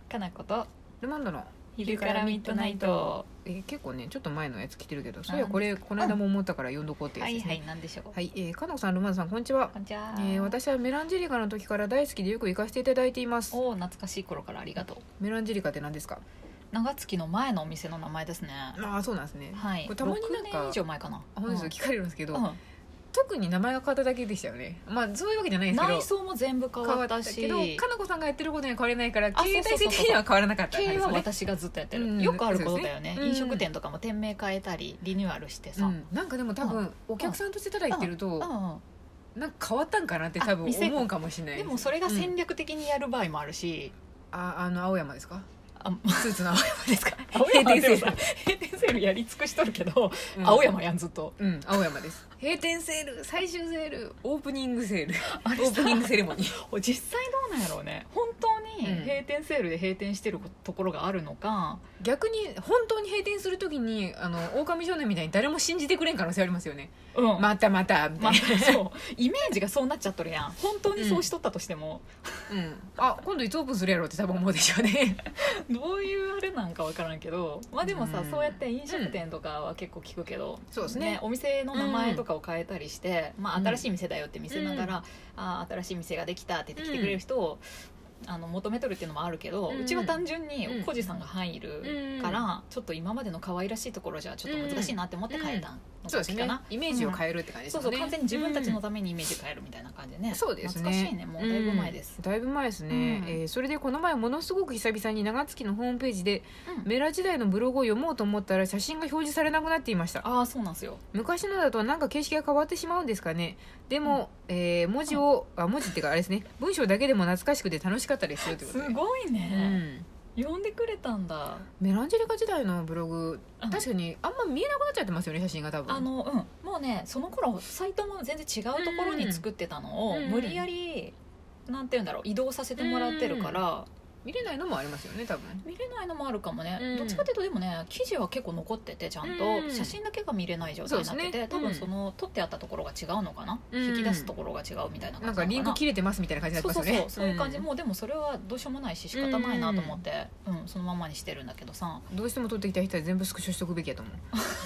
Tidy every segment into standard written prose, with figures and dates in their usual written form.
かなことルマンドの昼からミッドナイト。 結構ねちょっと前のやつ来てるけど、それはこれこの間も思ったから読んどこうってやつですね。 はいはい、なんでしょう。 はい、かなこさん、ルマンドさん、こんにちは。 こんにちは。 私はメランジェリカの時から大好きでよく行かせていただいています。 お懐かしい頃からありがとう。 メランジェリカって何ですか？ 長月の前のお店の名前ですね。 ああ、そうなんですね。 はい。 これたまになん 6 か年以上前かな。 本日聞かれるんですけど、 うん、 特に名前が変わっただけでしたよね。まあそういうわけじゃないんですけど、 内装も全部変わったし、 けどかなこさんがやってることには変われないから、経営体制そうそうそうそう的には変わらなかったんです経営よね。 は私がずっとやってる、 うんよくあることだよね、 そうですね飲食店とかも店名変えたりリニューアルしてさ、 なんかでも多分お客さんとしてただ言ってると、 うんなんか変わったんかなって多分店思うかもしれないでもそれが戦略的にやる場合もあるし、 青山ですか？ あスーツの青山ですか？ 青山でもさ閉閉店セールやり尽くしとるけど、 うん青山やんずっと。 青山です。閉店セール、最終セール、オープニングセール、 あれさオープニングセレモニー。 実際どうなんやろうね、本当にうん閉店セールで閉店してるところがあるのか、 逆に本当に閉店するときに狼少年みたいに誰も信じてくれん可能性ありますよね。 うんまたまたみたいな、 そうイメージがそうなっちゃっとるやん。本当にそうしとったとしても、 今度いつオープンするやろうって多分思うでしょうね。 どういうあれなんか分からんけど、まあでもさ、 うんそうやって飲食店とかは結構聞くけど、 そうですね。 お店の名前とかを変えたりして、まあ、 うん新しい店だよって見せながら、新しい店ができたって言って来てくれる人を、求めとるっていうのもあるけど、うちは単純に小路さんが入るから、ちょっと今までの可愛らしいところじゃちょっと難しいなって思って変えたのそうですねが好きかな。。 イメージを変えるって感じですよね。 そうそう、完全に自分たちのためにイメージ変えるみたいな感じでね、 そうですね。 懐かしいね、もうだいぶ前です、 だいぶ前ですね。それでこの前ものすごく久々に長月のホームページでメラ時代のブログを読もうと思ったら写真が表示されなくなっていました。 ああそうなんですよ。 昔のだとなんか形式が変わってしまうんですかね。でも、文字っていうかあれですね、文章だけでも懐かしくて楽しかったですよということで。 すごいね、読んでくれたんだ。 メランジェリカ時代のブログ、 うん確かにあんま見えなくなっちゃってますよね、写真が多分。 もうね、その頃サイトも全然違うところに作ってたのを、無理やりなんていうんだろう、移動させてもらってるから、 見れないのもありますよね多分。 見れないのもあるかもね、 うんどっちかっていうとでもね、記事は結構残っててちゃんと、写真だけが見れない状態になってて、 そうですね多分その撮ってあったところが違うのかな、引き出すところが違うみたいな感じなのかな。 なんかリンク切れてますみたいな感じになってますよね。 そういう感じ、もうでもそれはどうしようもないし仕方ないなと思って、そのままにしてるんだけどさ、 どうしても撮ってきた人は全部スクショしとくべきやと思う。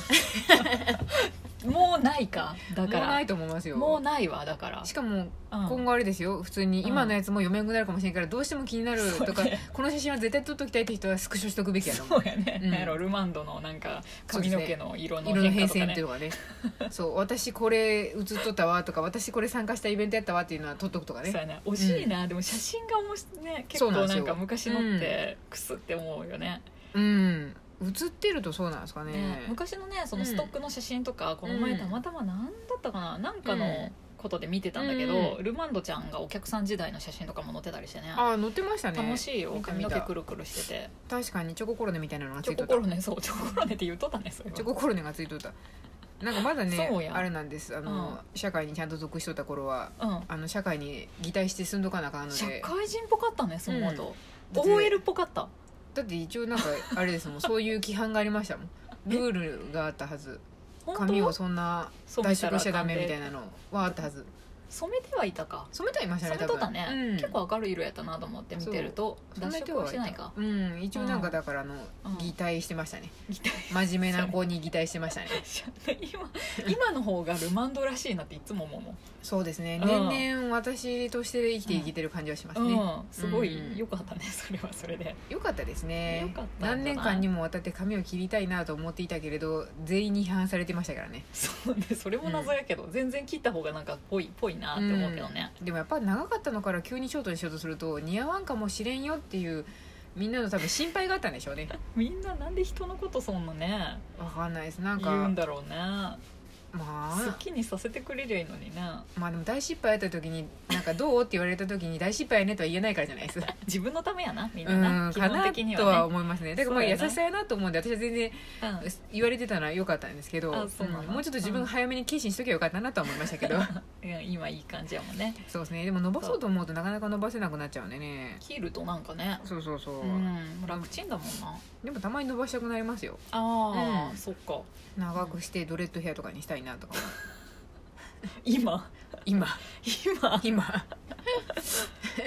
もうないか、だからもうないと思いますよ。 もうないわ、だからしかも、 うん今後あれですよ、普通に今のやつも読めなくなるかもしれないから、どうしても気になるとか、 そうねこの写真は絶対撮っときたいって人はスクショしとくべきやと思う。 そうやね、 うんなんやろルマンドのなんか髪の毛の色の色の変変化とかね。 遷っていうのがねそう私これ写っとったわとか、私これ参加したイベントやったわっていうのは撮っとくとかね。 そうやね、惜しいな、でも写真がね結構なんか昔のってクスって思うよね。 写ってるとそうなんですかね。 昔のねそのストックの写真とか、この前たまたま何だったかな、なんかのことで見てたんだけど、ルマンドちゃんがお客さん時代の写真とかも載ってたりしてね、 載ってましたね。 楽しいよ、 見た髪の毛くるくるしてて。 確かにチョココロネみたいなのがつチョいとった。 ココロネ、そうチョココロネって言うとったね、それは。 チョココロネがついとった。なんかまだねそうやあれなんです、社会にちゃんと属しとった頃は、社会に擬態して住んどかなあかんので。 社会人っぽかったね、そう思うと、 だって OL っぽかった。 だって一応なんかあれですもんそういう規範がありましたもん。ルールがあったはず。髪をそんな脱色しちゃダメみたいなのはあったはず。 染めてはいたか。 染めてはいましたね、 染めとったね、 多分。 結構明るい色やったなと思って見てると、脱色はしてないか。 一応なんかだから擬態してましたね。 擬態真面目な子に擬態してましたね。 今の方がルマンドらしいなっていつも思うもん。 そうですね、年々私として生きていけてる感じはしますね。 すごい良かったね、それはそれで良かったですね。 良かった。 何年間にもわたって髪を切りたいなと思っていたけれど、全員に批判されてましたからね。 そうで、それも謎やけど、全然切った方がなんかぽいなって思うけどね、 でもやっぱり長かったのから急にショートにしようとすると似合わんかもしれんよっていうみんなの多分心配があったんでしょうね。 みんななんで人のことそんなねわかんないです。なんか言うんだろうね。 まあ好きにさせてくれりゃいいのにね。 まあでも大失敗やった時になんかどうって言われた時に大失敗やねとは言えないからじゃないですか。 自分のためやな、みんなな、基本的にはね。 かなとは思いますね。だからまあそうやな優しさやなと思うんで、私は全然言われてたのは良かったんですけど、 あそうなのもうちょっと自分が早めに決心しときゃよかったなとは思いましたけど今いい感じやもんね。 そうですね。でも伸ばそうと思うとなかなか伸ばせなくなっちゃうんでね。 切るとなんかね、 そうそうそう、 楽ちんだもんな。 でもたまに伸ばしたくなりますよ。 そっか。 長くしてドレッドヘアとかにしたいなとかも今今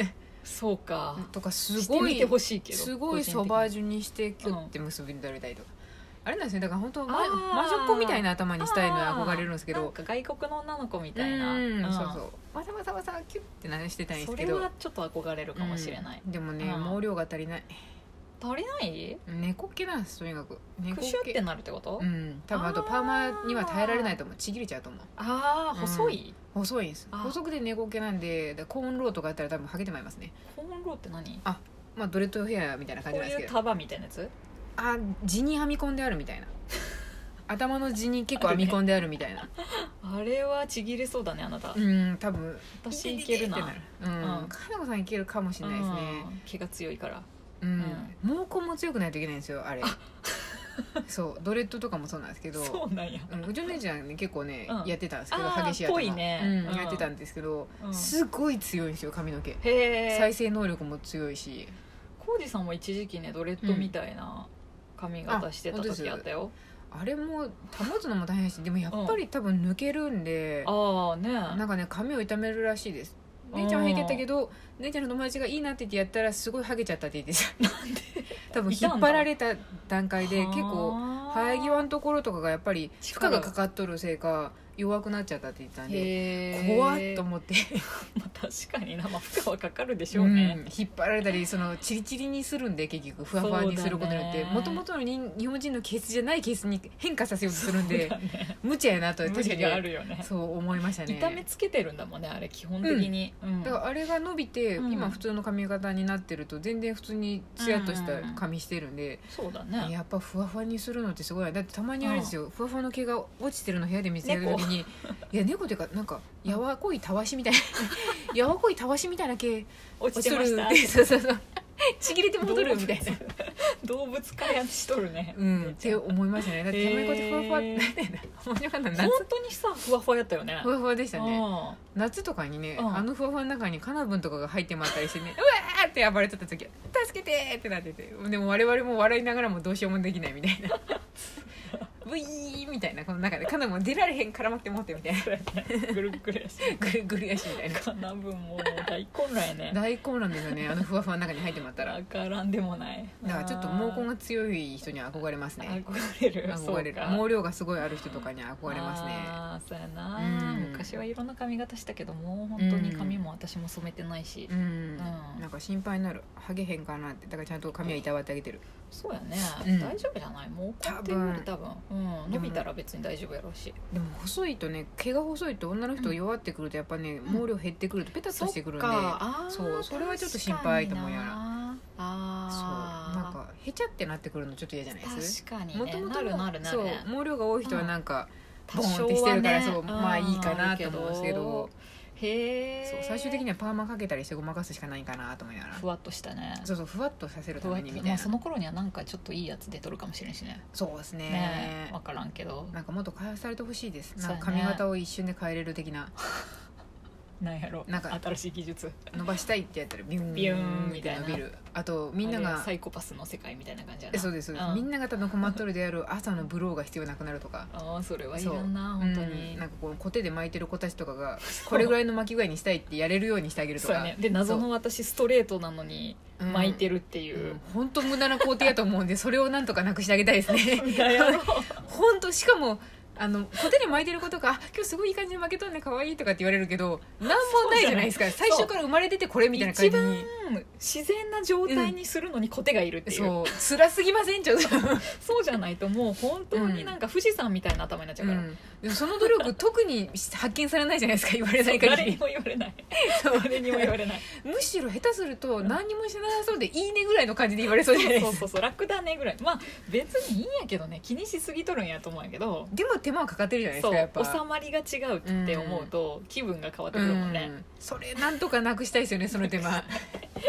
そうかとかすしてみごいてほしいけどすごい個人的にソバージュにしてキュッて結びられたりとか、あれなんですね、だから本当あー魔女っ子みたいな頭にしたいのは憧れるんですけど、 なんか外国の女の子みたいな、 そうそうわさわさわさキュッてなしてたいんですけど、 それはちょっと憧れるかもしれない、 でもね、 うん毛量が足りない、 足りない猫っ毛なんですとにかく猫クシュってなるってこと、 多分あとパーマには耐えられないと思う、ちぎれちゃうと思う、 ああ細い、 細いんです、 あ細くて猫っ毛なんで、だからコーンローとかやったら多分ハゲてまいりますね。 コーンローって何、 まあドレッドヘアみたいな感じこうなんですけど、 いう束みたいなやつ、 地に編み込んであるみたいな頭の地に結構編み込んであるみたいな、 あれはちぎれそうだねあなた、 多分私いけるなってなる、かなこさんいけるかもしれないですね、 毛が強いから、 毛根も強くないといけないんですよあれそうドレッドとかもそうなんですけど、 そうなんや、 うちの姉ちゃんね結構ね、やってたんですけどあー激しい頭ぽいねやってたんですけど、 うんすごい強いんですよ髪の毛、 へえ再生能力も強いし、 浩二さんも一時期ねドレッドみたいな髪型してた時あったよ、 あれも保つのも大変だし、でもやっぱり多分抜けるんで、 ああねなんかね髪を傷めるらしいです。姉ちゃんは平気だったけど、姉ちゃんの友達がいいなって言ってやったらすごいハゲちゃったって言ってた。なんで多分引っ張られた段階で結構生え際のところとかがやっぱり負荷がかかっとるせいか弱くなっちゃったって言ってたんで、怖っと思ってまあ確かにな、まあ、負荷はかかるでしょうね、 引っ張られたりそのチリチリにするんで、結局ふわふわにすることによってもともとの日本人の毛質じゃない毛質に変化させようとするんで、無茶やなと確かにあるよね、 そう思いましたね。 痛めつけてるんだもんねあれ基本的に、 だからあれが伸びて、今普通の髪型になってると全然普通にツヤっとした髪してるんで、 そうだね、 やっぱふわふわにするのってすごい。だってたまにあれですよ、ふわふわの毛が落ちてるの部屋で見つけた時にいや猫っていうかなんかやわこいたわしみたいなやわこいたわしみたいな毛落ちてましたってそうそうそうちぎれて戻るみたいな動物化やしとるね、 って思いましたね。だってたまにこうやってふわふわって面白かった。 本当にさふわふわやったよね、 ふわふわでしたね。夏とかにね、あのふわふわの中にカナブンとかが入ってもらったりしてねうわーって暴れてた時助けてーってなってて、でも我々も笑いながらもどうしようもできないみたいなブイーみたいな、この中でカナブン出られへん絡まって持ってみたいなぐるぐるやしぐるぐるやしみたいなカナブンも大混乱やね大混乱ですよね、あのふわふわの中に入ってもらったら。 わからんでもない。 だからちょっと毛根が強い人には憧れますね。 憧れる憧れる。毛量がすごいある人とかには憧れますね。 ああそうやな、昔はいろんな髪型したけどもう本当に髪も私も染めてないし、 なんか心配になる、ハゲへんかなって。だからちゃんと髪はいたわってあげてる。 そうやね、大丈夫じゃない、もうこっていうより多分、伸びたら別に大丈夫やろうし。でも細いとね、毛が細いと女の人が弱ってくるとやっぱね、毛量減ってくるとペタッとしてくるんで、そうそれはちょっと心配と思うやら。そうなんかへちゃってなってくるのちょっと嫌じゃないです。 確かにね、なるなるなる。 そう毛量が多い人はなんかボーンってしてるから、そうまあいいかなと思うんですけど。そう最終的にはパーマかけたりしてごまかすしかないかなと思いながら、 ふわっとしたね、 そうそうふわっとさせるためにみたいな、 その頃にはなんかちょっといいやつ出とるかもしれんしね。 そうですね、 分からんけどなんかもっと開発されてほしいです。なんか髪型を一瞬で変えれる的ななんやろ、なんか新しい技術伸ばしたいってやったらビュンビュンみたいな伸びる。あとみんながサイコパスの世界みたいな感じやな。 そうです、みんなが多分困っとるである朝のブローが必要なくなるとか。 ああそれはいらんな本当に。 なんかこうコテで巻いてる子たちとかがこれぐらいの巻き具合にしたいってやれるようにしてあげるとか。 で謎の私ストレートなのに巻いてるっていう、 本当無駄な工程やと思うんで、それをなんとかなくしてあげたいですね。本当しかもコテで巻いてることが今日すごいいい感じに巻けとんね可愛いとかって言われるけど、なんもないじゃないですか。最初から生まれててこれみたいな感じに一番自然な状態にするのにコテがいるっていう、 そう辛すぎませんちょっとそうじゃないともう本当になんか富士山みたいな頭になっちゃうから、 でもその努力特に発見されないじゃないですか、言われない限り。 誰にも言われない誰にも言われないむしろ下手すると何にもしなさそうでいいねぐらいの感じで言われそうじゃないですか。 そう楽だねぐらい。まあ別にいいんやけどね、気にしすぎとるんやと思うんやけど、 でも手間はかかってるじゃないですか。やっぱ収まりが違うって思うと気分が変わってくるもんね、 それなんとかなくしたいですよね、その手間なんか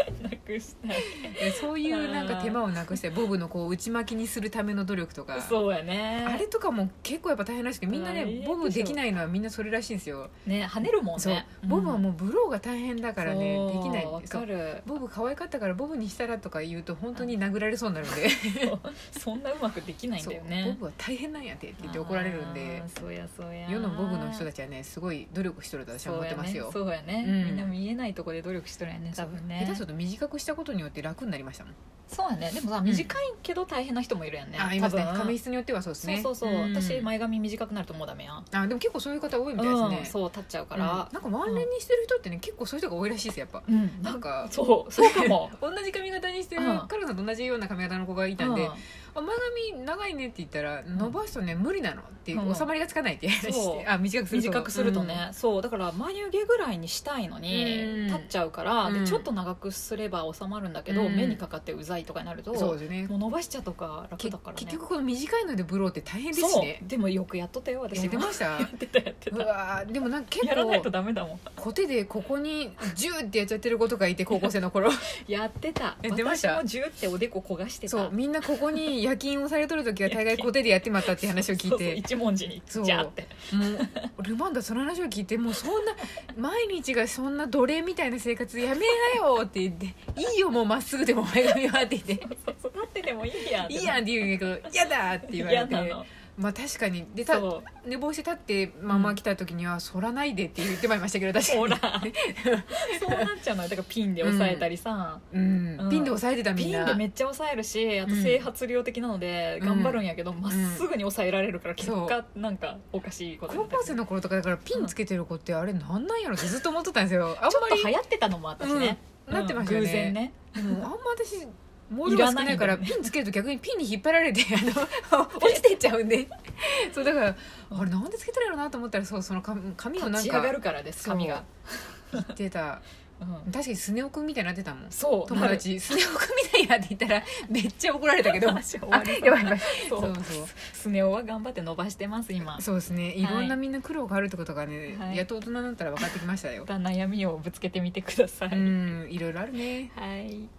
くしたいそういうなんか手間をなくしてボブのこう内巻きにするための努力とか、 そうやね、 あれとかも結構やっぱ大変らしくて、みんなねボブできないのはみんなそれらしいんですよね、跳ねるもんね。 そう、ボブはもうブローが大変だからね、 そうできない。 わかる。 ボブ可愛かったからボブにしたらとか言うと本当に殴られそうになるんでそんなうまくできないんだよね。 ボブは大変なんやって言って怒られるんで、 そうやそうや、 世のボブの人たちはねすごい努力しとると私は思ってますよ。 そうやね、 うんみんな見えないとこで努力しとるやね多分ね。 下手すると短くしたことによって楽になりましたもん。 そうやね。でもさ、短いけど大変な人もいるやんね。 あ、いますね。 多分髪質によってはそうですね。 そう、私前髪短くなるともうダメやん。 あ、でも結構そういう方多いみたいですね。 そう立っちゃうから、 なんかワンレンにしてる人ってね、結構そういう人が多いらしいですやっぱ。 なんかそうかも同じ髪型にしてる、カルさんと同じような髪型の子がいたんで、前髪長いねって言ったら伸ばすとね無理なのっていう、収まりがつかないって話して、あ、短くするとね、そうだから眉毛ぐらいにしたいのに立っちゃうから、でちょっと長くすれば収まるんだけど、目にかかってうざいとかになると、 そうですね、 もう伸ばしちゃとか楽だからね。 結局この短いのでブローって大変ですしね。 でもよくやっとったよ私も。 やってましたやってたうわでもなんか結構やらないとダメだもん。 コテでここにジューってやっちゃってる子とかいて、高校生の頃やってた。 やってました。 私もジューっておでこ焦がしてた。 そう、みんなここに夜勤をされとる時は大概コテでやってまったっていう話を聞いて、 一文字にジャーってもうルマンダその話を聞いて、もうそんな毎日がそんな奴隷みたいな生活やめなよって言って、いいよもうまっすぐでも前髪はって言って、 そう立っててもいいやんいいやんって言うんやけど、嫌だって言われて、 嫌なの。 まあ確かにで寝坊して立ってママ来た時には反らないでって言ってまいりましたけど、確かにほらそうなっちゃうのよ。だからピンで押さえたりさ、 ピンで押さえてたみんな。 ピンでめっちゃ押さえるし、あと整髪量的なので頑張るんやけど、まっすぐに押さえられるから結果なんかおかしいことになってる。 高校生の頃とかだからピンつけてる子ってあれなんなんやろってずっと思ってたんですよ。あんまりちょっと流行ってたのも私ね、 なってましたよね。 偶然ね。 でもあんま私毛量が少ないからピンつけると逆にピンに引っ張られて落ちてっちゃうんでそうだからあれなんでつけてるやろなと思ったら、その髪をなんか立ち上がるからです、髪が言ってた確かにスネ夫くんみたいになってたもん。 そう友達スネ夫くんみたいやって言ったらめっちゃ怒られたけどやばいそうスネ夫は頑張って伸ばしてます今。 そうですね、いろんなみんな苦労があるってことがね、やっと大人になったら分かってきましたよ。 悩みをぶつけてみてください。 いろいろあるね。 はい。